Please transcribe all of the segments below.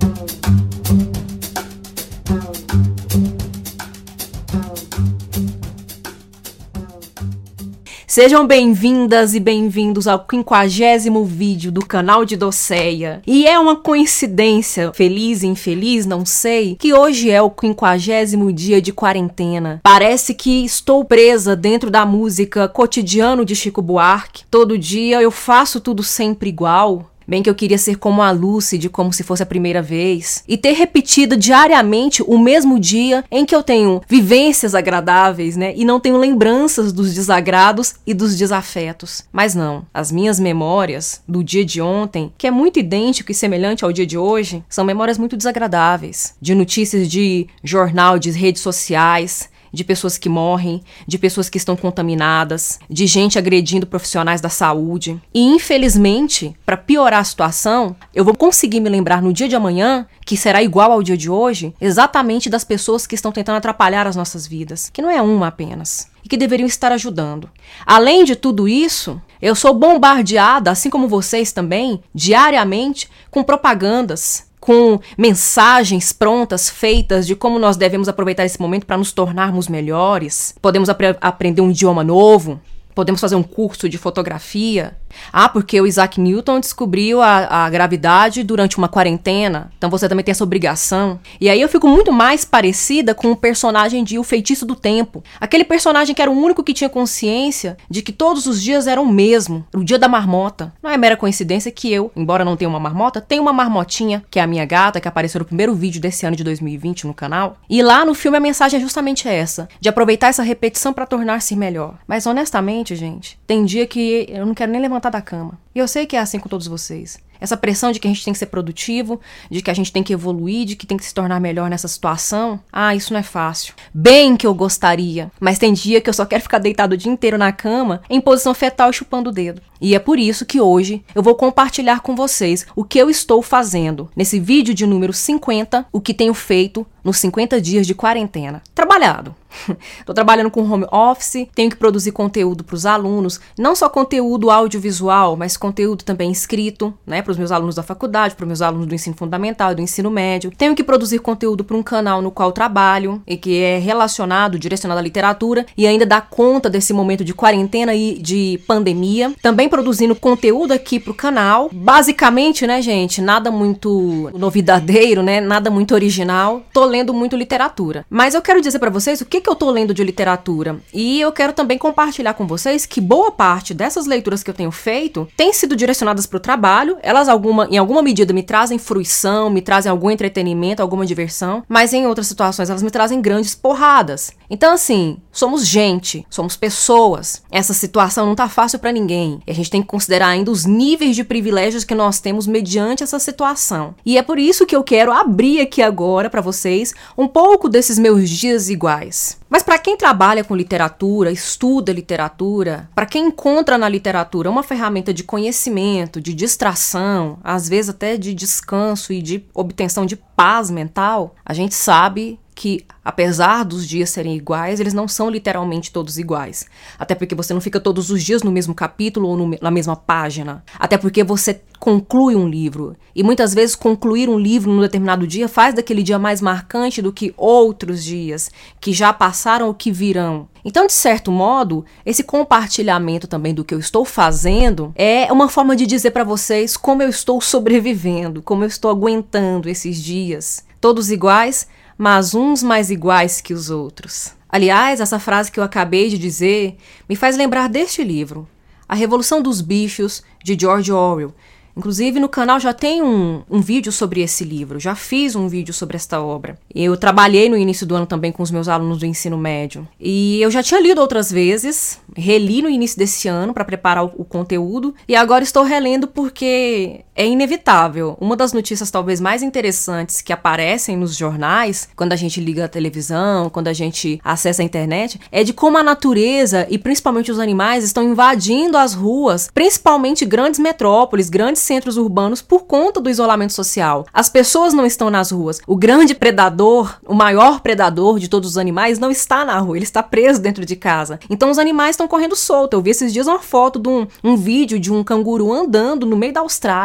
Sejam bem-vindas e bem-vindos ao 50º vídeo do canal de Doceia. E é uma coincidência, feliz e infeliz, não sei, que hoje é o 50º dia de quarentena. Parece que estou presa dentro da música Cotidiano de Chico Buarque. Todo dia eu faço tudo sempre igual. Bem que eu queria ser como a Lucy, como se fosse a primeira vez. E ter repetido diariamente o mesmo dia em que eu tenho vivências agradáveis, né? E não tenho lembranças dos desagrados e dos desafetos. Mas não, as minhas memórias do dia de ontem, que é muito idêntico e semelhante ao dia de hoje, são memórias muito desagradáveis. De notícias de jornal, de redes sociais, de pessoas que morrem, de pessoas que estão contaminadas, de gente agredindo profissionais da saúde. E, infelizmente, para piorar a situação, eu vou conseguir me lembrar no dia de amanhã, que será igual ao dia de hoje, exatamente das pessoas que estão tentando atrapalhar as nossas vidas, que não é uma apenas, e que deveriam estar ajudando. Além de tudo isso, eu sou bombardeada, assim como vocês também, diariamente, com propagandas, com mensagens prontas, feitas de como nós devemos aproveitar esse momento para nos tornarmos melhores. Podemos aprender um idioma novo, podemos fazer um curso de fotografia. Porque o Isaac Newton descobriu a gravidade durante uma quarentena, então você também tem essa obrigação. E aí eu fico muito mais parecida com o personagem de O Feitiço do Tempo. Aquele personagem que era o único que tinha consciência de que todos os dias eram o mesmo, o dia da marmota. Não é mera coincidência que eu, embora não tenha uma marmota, tenho uma marmotinha, que é a minha gata, que apareceu no primeiro vídeo desse ano de 2020 no canal. E lá no filme a mensagem é justamente essa, de aproveitar essa repetição para tornar-se melhor. Mas honestamente, gente, tem dia que eu não quero nem levantar da cama. E eu sei que é assim com todos vocês. Essa pressão de que a gente tem que ser produtivo, de que a gente tem que evoluir, de que tem que se tornar melhor nessa situação. Isso não é fácil. Bem que eu gostaria, mas tem dia que eu só quero ficar deitado o dia inteiro na cama, em posição fetal e chupando o dedo. E é por isso que hoje eu vou compartilhar com vocês o que eu estou fazendo nesse vídeo de número 50, o que tenho feito nos 50 dias de quarentena. Trabalhado. Tô trabalhando com home office, tenho que produzir conteúdo para os alunos, não só conteúdo audiovisual, mas conteúdo também escrito, né, para os meus alunos da faculdade, para os meus alunos do ensino fundamental e do ensino médio. Tenho que produzir conteúdo para um canal no qual trabalho e que é relacionado, direcionado à literatura e ainda dá conta desse momento de quarentena e de pandemia. Também produzindo conteúdo aqui pro canal. Basicamente, né, gente, nada muito novidadeiro, né, nada muito original. Tô lendo muito literatura. Mas eu quero dizer para vocês o que eu tô lendo de literatura. E eu quero também compartilhar com vocês que boa parte dessas leituras que eu tenho feito têm sido direcionadas pro trabalho. Elas em alguma medida me trazem fruição, me trazem algum entretenimento, alguma diversão, mas em outras situações elas me trazem grandes porradas. Então assim, somos gente, somos pessoas. Essa situação não tá fácil para ninguém. E a gente tem que considerar ainda os níveis de privilégios que nós temos mediante essa situação. E é por isso que eu quero abrir aqui agora para vocês um pouco desses meus dias iguais. Mas para quem trabalha com literatura, estuda literatura, para quem encontra na literatura uma ferramenta de conhecimento, de distração, às vezes até de descanso e de obtenção de paz mental, a gente sabe que, apesar dos dias serem iguais, eles não são literalmente todos iguais. Até porque você não fica todos os dias no mesmo capítulo ou na mesma página. Até porque você conclui um livro. E muitas vezes concluir um livro num determinado dia faz daquele dia mais marcante do que outros dias que já passaram ou que virão. Então, de certo modo, esse compartilhamento também do que eu estou fazendo é uma forma de dizer para vocês como eu estou sobrevivendo, como eu estou aguentando esses dias. Todos iguais, mas uns mais iguais que os outros. Aliás, essa frase que eu acabei de dizer me faz lembrar deste livro, A Revolução dos Bichos, de George Orwell. Inclusive, no canal já tem um vídeo sobre esse livro, já fiz um vídeo sobre esta obra. Eu trabalhei no início do ano também com os meus alunos do ensino médio. E eu já tinha lido outras vezes, reli no início desse ano para preparar o conteúdo, e agora estou relendo porque é inevitável. Uma das notícias talvez mais interessantes que aparecem nos jornais, quando a gente liga a televisão, quando a gente acessa a internet, é de como a natureza e principalmente os animais estão invadindo as ruas, principalmente grandes metrópoles, grandes centros urbanos, por conta do isolamento social. As pessoas não estão nas ruas. O grande predador, o maior predador de todos os animais, não está na rua, ele está preso dentro de casa. Então os animais estão correndo solto. Eu vi esses dias uma foto de um vídeo de um canguru andando no meio da Austrália.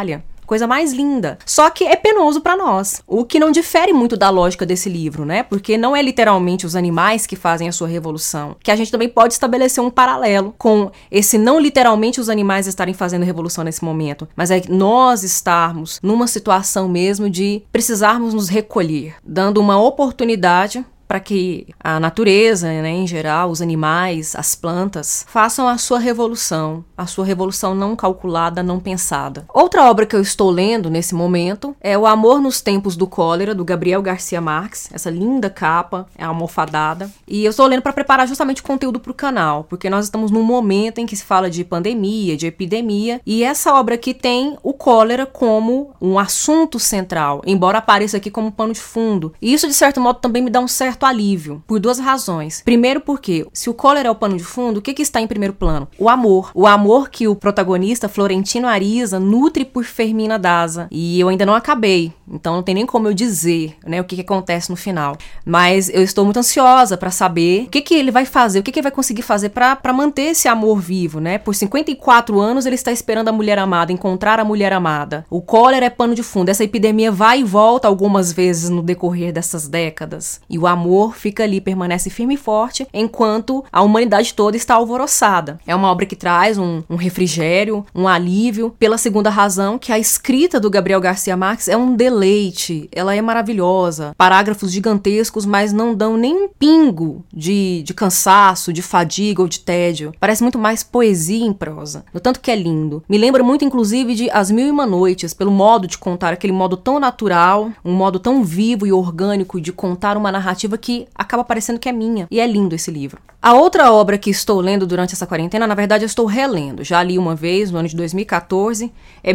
Coisa mais linda. Só que é penoso pra nós. O que não difere muito da lógica desse livro, né? Porque não é literalmente os animais que fazem a sua revolução. Que a gente também pode estabelecer um paralelo com esse não literalmente os animais estarem fazendo revolução nesse momento, mas é nós estarmos numa situação mesmo de precisarmos nos recolher, dando uma oportunidade para que a natureza, né, em geral, os animais, as plantas, façam a sua revolução não calculada, não pensada. Outra obra que eu estou lendo nesse momento é O Amor nos Tempos do Cólera, do Gabriel Garcia Marques, essa linda capa, é almofadada, e eu estou lendo para preparar justamente conteúdo para o canal, porque nós estamos num momento em que se fala de pandemia, de epidemia, e essa obra aqui tem o cólera como um assunto central, embora apareça aqui como pano de fundo, e isso de certo modo também me dá um certo alívio, por duas razões. Primeiro porque, se o cólera é o pano de fundo, o que está em primeiro plano? O amor. O amor que o protagonista, Florentino Ariza, nutre por Fermina Daza. E eu ainda não acabei, então não tem nem como eu dizer, né, o que acontece no final. Mas eu estou muito ansiosa para saber o que ele vai fazer, o que ele vai conseguir fazer para manter esse amor vivo, né? Por 54 anos ele está esperando a mulher amada, encontrar a mulher amada. O cólera é pano de fundo, essa epidemia vai e volta algumas vezes no decorrer dessas décadas. E o amor fica ali, permanece firme e forte, enquanto a humanidade toda está alvoroçada. É uma obra que traz um refrigério, um alívio, pela segunda razão, que a escrita do Gabriel Garcia Marques é um deleite, ela é maravilhosa. Parágrafos gigantescos, mas não dão nem um pingo de cansaço, de fadiga ou de tédio. Parece muito mais poesia em prosa, no tanto que é lindo. Me lembra muito, inclusive, de As Mil e Uma Noites, pelo modo de contar, aquele modo tão natural, um modo tão vivo e orgânico de contar uma narrativa que acaba parecendo que é minha. E é lindo esse livro. A outra obra que estou lendo durante essa quarentena, na verdade eu estou relendo. Já li uma vez, no ano de 2014. É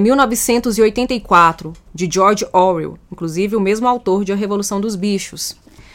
1984, de George Orwell. Inclusive o mesmo autor de A Revolução dos Bichos.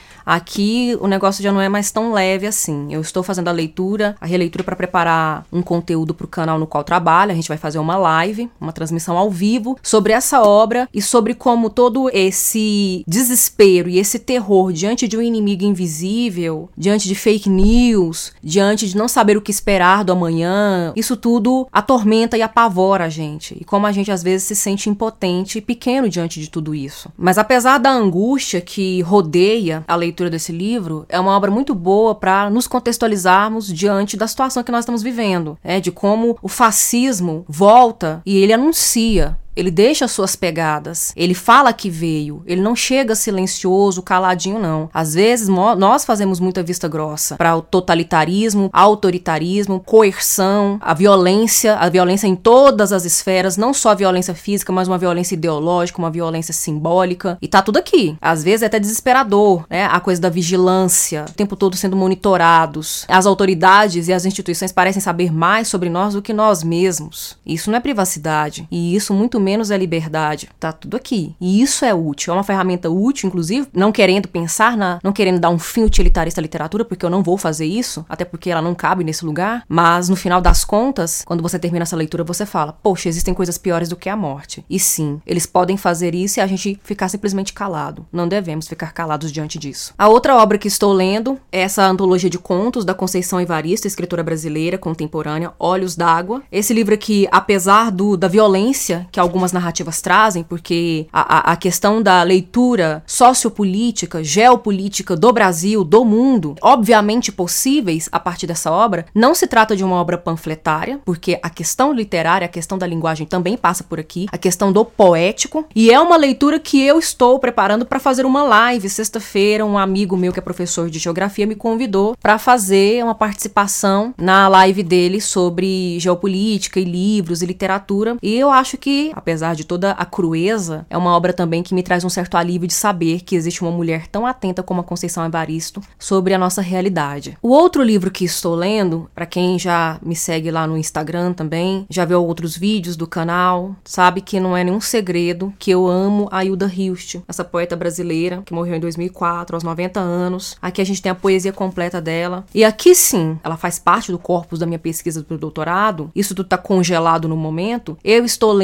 Aqui o negócio já não é mais tão leve assim. Eu estou fazendo a releitura para preparar um conteúdo para o canal no qual trabalho. A gente vai fazer uma live, uma transmissão ao vivo sobre essa obra e sobre como todo esse desespero e esse terror diante de um inimigo invisível, diante de fake news, diante de não saber o que esperar do amanhã, isso tudo atormenta e apavora a gente. E como a gente às vezes se sente impotente e pequeno diante de tudo isso. Mas apesar da angústia que rodeia a leitura desse livro, é uma obra muito boa para nos contextualizarmos diante da situação que nós estamos vivendo, de como o fascismo volta e ele anuncia. Ele deixa suas pegadas, ele fala que veio, ele não chega silencioso, caladinho, não. Às vezes, nós fazemos muita vista grossa para o totalitarismo, autoritarismo, coerção, a violência em todas as esferas, não só a violência física, mas uma violência ideológica, uma violência simbólica, e tá tudo aqui. Às vezes é até desesperador, né? A coisa da vigilância, o tempo todo sendo monitorados. As autoridades e as instituições parecem saber mais sobre nós do que nós mesmos. Isso não é privacidade, e isso muito menos é liberdade. Tá tudo aqui. E isso é útil. É uma ferramenta útil, inclusive, não querendo pensar não querendo dar um fim utilitarista à literatura, porque eu não vou fazer isso, até porque ela não cabe nesse lugar, mas no final das contas, quando você termina essa leitura, você fala, poxa, existem coisas piores do que a morte. E sim, eles podem fazer isso e a gente ficar simplesmente calado. Não devemos ficar calados diante disso. A outra obra que estou lendo é essa antologia de contos da Conceição Evaristo, escritora brasileira contemporânea, Olhos d'Água. Esse livro aqui, apesar da violência que algumas narrativas trazem, porque a questão da leitura sociopolítica, geopolítica do Brasil, do mundo, obviamente possíveis a partir dessa obra, não se trata de uma obra panfletária, porque a questão literária, a questão da linguagem também passa por aqui, a questão do poético, e é uma leitura que eu estou preparando para fazer uma live. Sexta-feira, um amigo meu que é professor de geografia me convidou para fazer uma participação na live dele sobre geopolítica e livros e literatura, e eu acho que, apesar de toda a crueza, é uma obra também que me traz um certo alívio de saber que existe uma mulher tão atenta como a Conceição Evaristo sobre a nossa realidade. O outro livro que estou lendo, para quem já me segue lá no Instagram também, já viu outros vídeos do canal, sabe que não é nenhum segredo que eu amo a Hilda Hilst, essa poeta brasileira que morreu em 2004, aos 90 anos. Aqui a gente tem a poesia completa dela. E aqui sim, ela faz parte do corpus da minha pesquisa do doutorado. Isso tudo tá congelado no momento. Eu estou lendo porque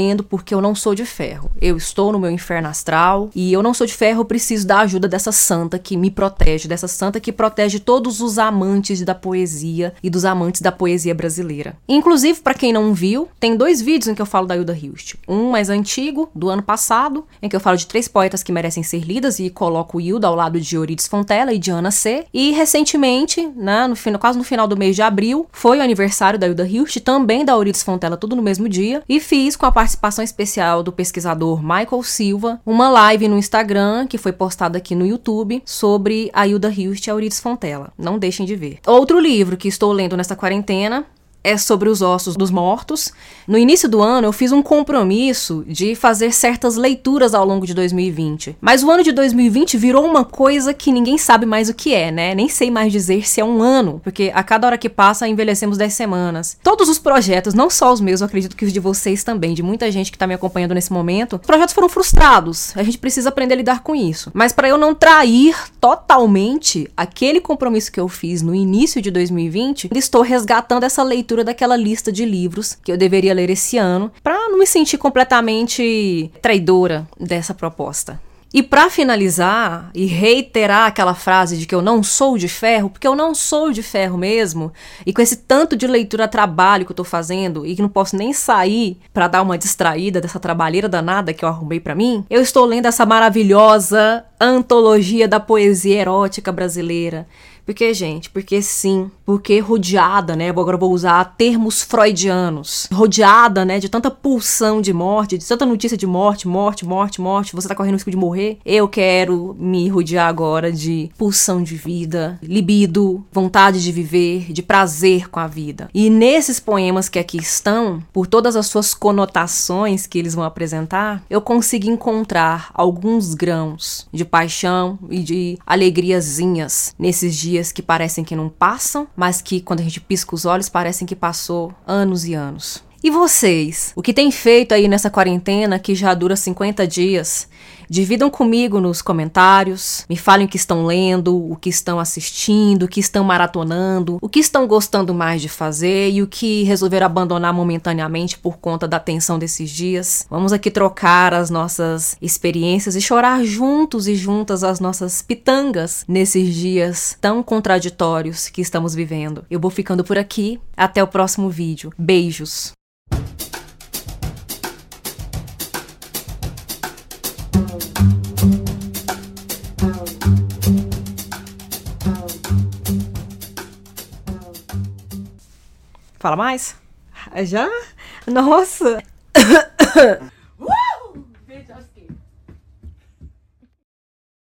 porque eu não sou de ferro. Eu estou no meu inferno astral e eu não sou de ferro, eu preciso da ajuda dessa santa que me protege, dessa santa que protege todos os amantes da poesia e dos amantes da poesia brasileira. Inclusive, para quem não viu, tem 2 vídeos em que eu falo da Hilda Hilst. Um mais antigo, do ano passado, em que eu falo de 3 poetas que merecem ser lidas e coloco Hilda ao lado de Eurídice Fontella e de Ana C. E recentemente, né, quase no final do mês de abril, foi o aniversário da Hilda Hilst, também da Eurídice Fontella, tudo no mesmo dia, e fiz com a participação especial do pesquisador Michael Silva uma live no Instagram, que foi postada aqui no YouTube, sobre a Hilda Hilst e a Eurídice Fontella. Não deixem de ver. Outro livro que estou lendo nesta quarentena é sobre os ossos dos mortos. No início do ano, eu fiz um compromisso de fazer certas leituras ao longo de 2020. Mas o ano de 2020 virou uma coisa que ninguém sabe mais o que é, né? Nem sei mais dizer se é um ano, porque a cada hora que passa, envelhecemos 10 semanas. Todos os projetos, não só os meus, eu acredito que os de vocês também, de muita gente que tá me acompanhando nesse momento, os projetos foram frustrados. A gente precisa aprender a lidar com isso. Mas para eu não trair totalmente aquele compromisso que eu fiz no início de 2020, estou resgatando essa leitura daquela lista de livros que eu deveria ler esse ano, para não me sentir completamente traidora dessa proposta. E para finalizar e reiterar aquela frase de que eu não sou de ferro, porque eu não sou de ferro mesmo, e com esse tanto de leitura trabalho que eu tô fazendo e que não posso nem sair para dar uma distraída dessa trabalheira danada que eu arrumei para mim, eu estou lendo essa maravilhosa antologia da poesia erótica brasileira. Porque, gente, porque sim, porque rodeada, né, agora eu vou usar termos freudianos, rodeada, né, de tanta pulsão de morte, de tanta notícia de morte, você tá correndo risco de morrer, eu quero me rodear agora de pulsão de vida, libido, vontade de viver, de prazer com a vida. E nesses poemas que aqui estão, por todas as suas conotações que eles vão apresentar, eu consigo encontrar alguns grãos de paixão e de alegriazinhas nesses dias que parecem que não passam, mas que quando a gente pisca os olhos parecem que passou anos e anos. E vocês? O que têm feito aí nessa quarentena que já dura 50 dias? Dividam comigo nos comentários, me falem o que estão lendo, o que estão assistindo, o que estão maratonando, o que estão gostando mais de fazer e o que resolveram abandonar momentaneamente por conta da tensão desses dias. Vamos aqui trocar as nossas experiências e chorar juntos e juntas as nossas pitangas nesses dias tão contraditórios que estamos vivendo. Eu vou ficando por aqui, até o próximo vídeo. Beijos! Fala mais? Já? Nossa!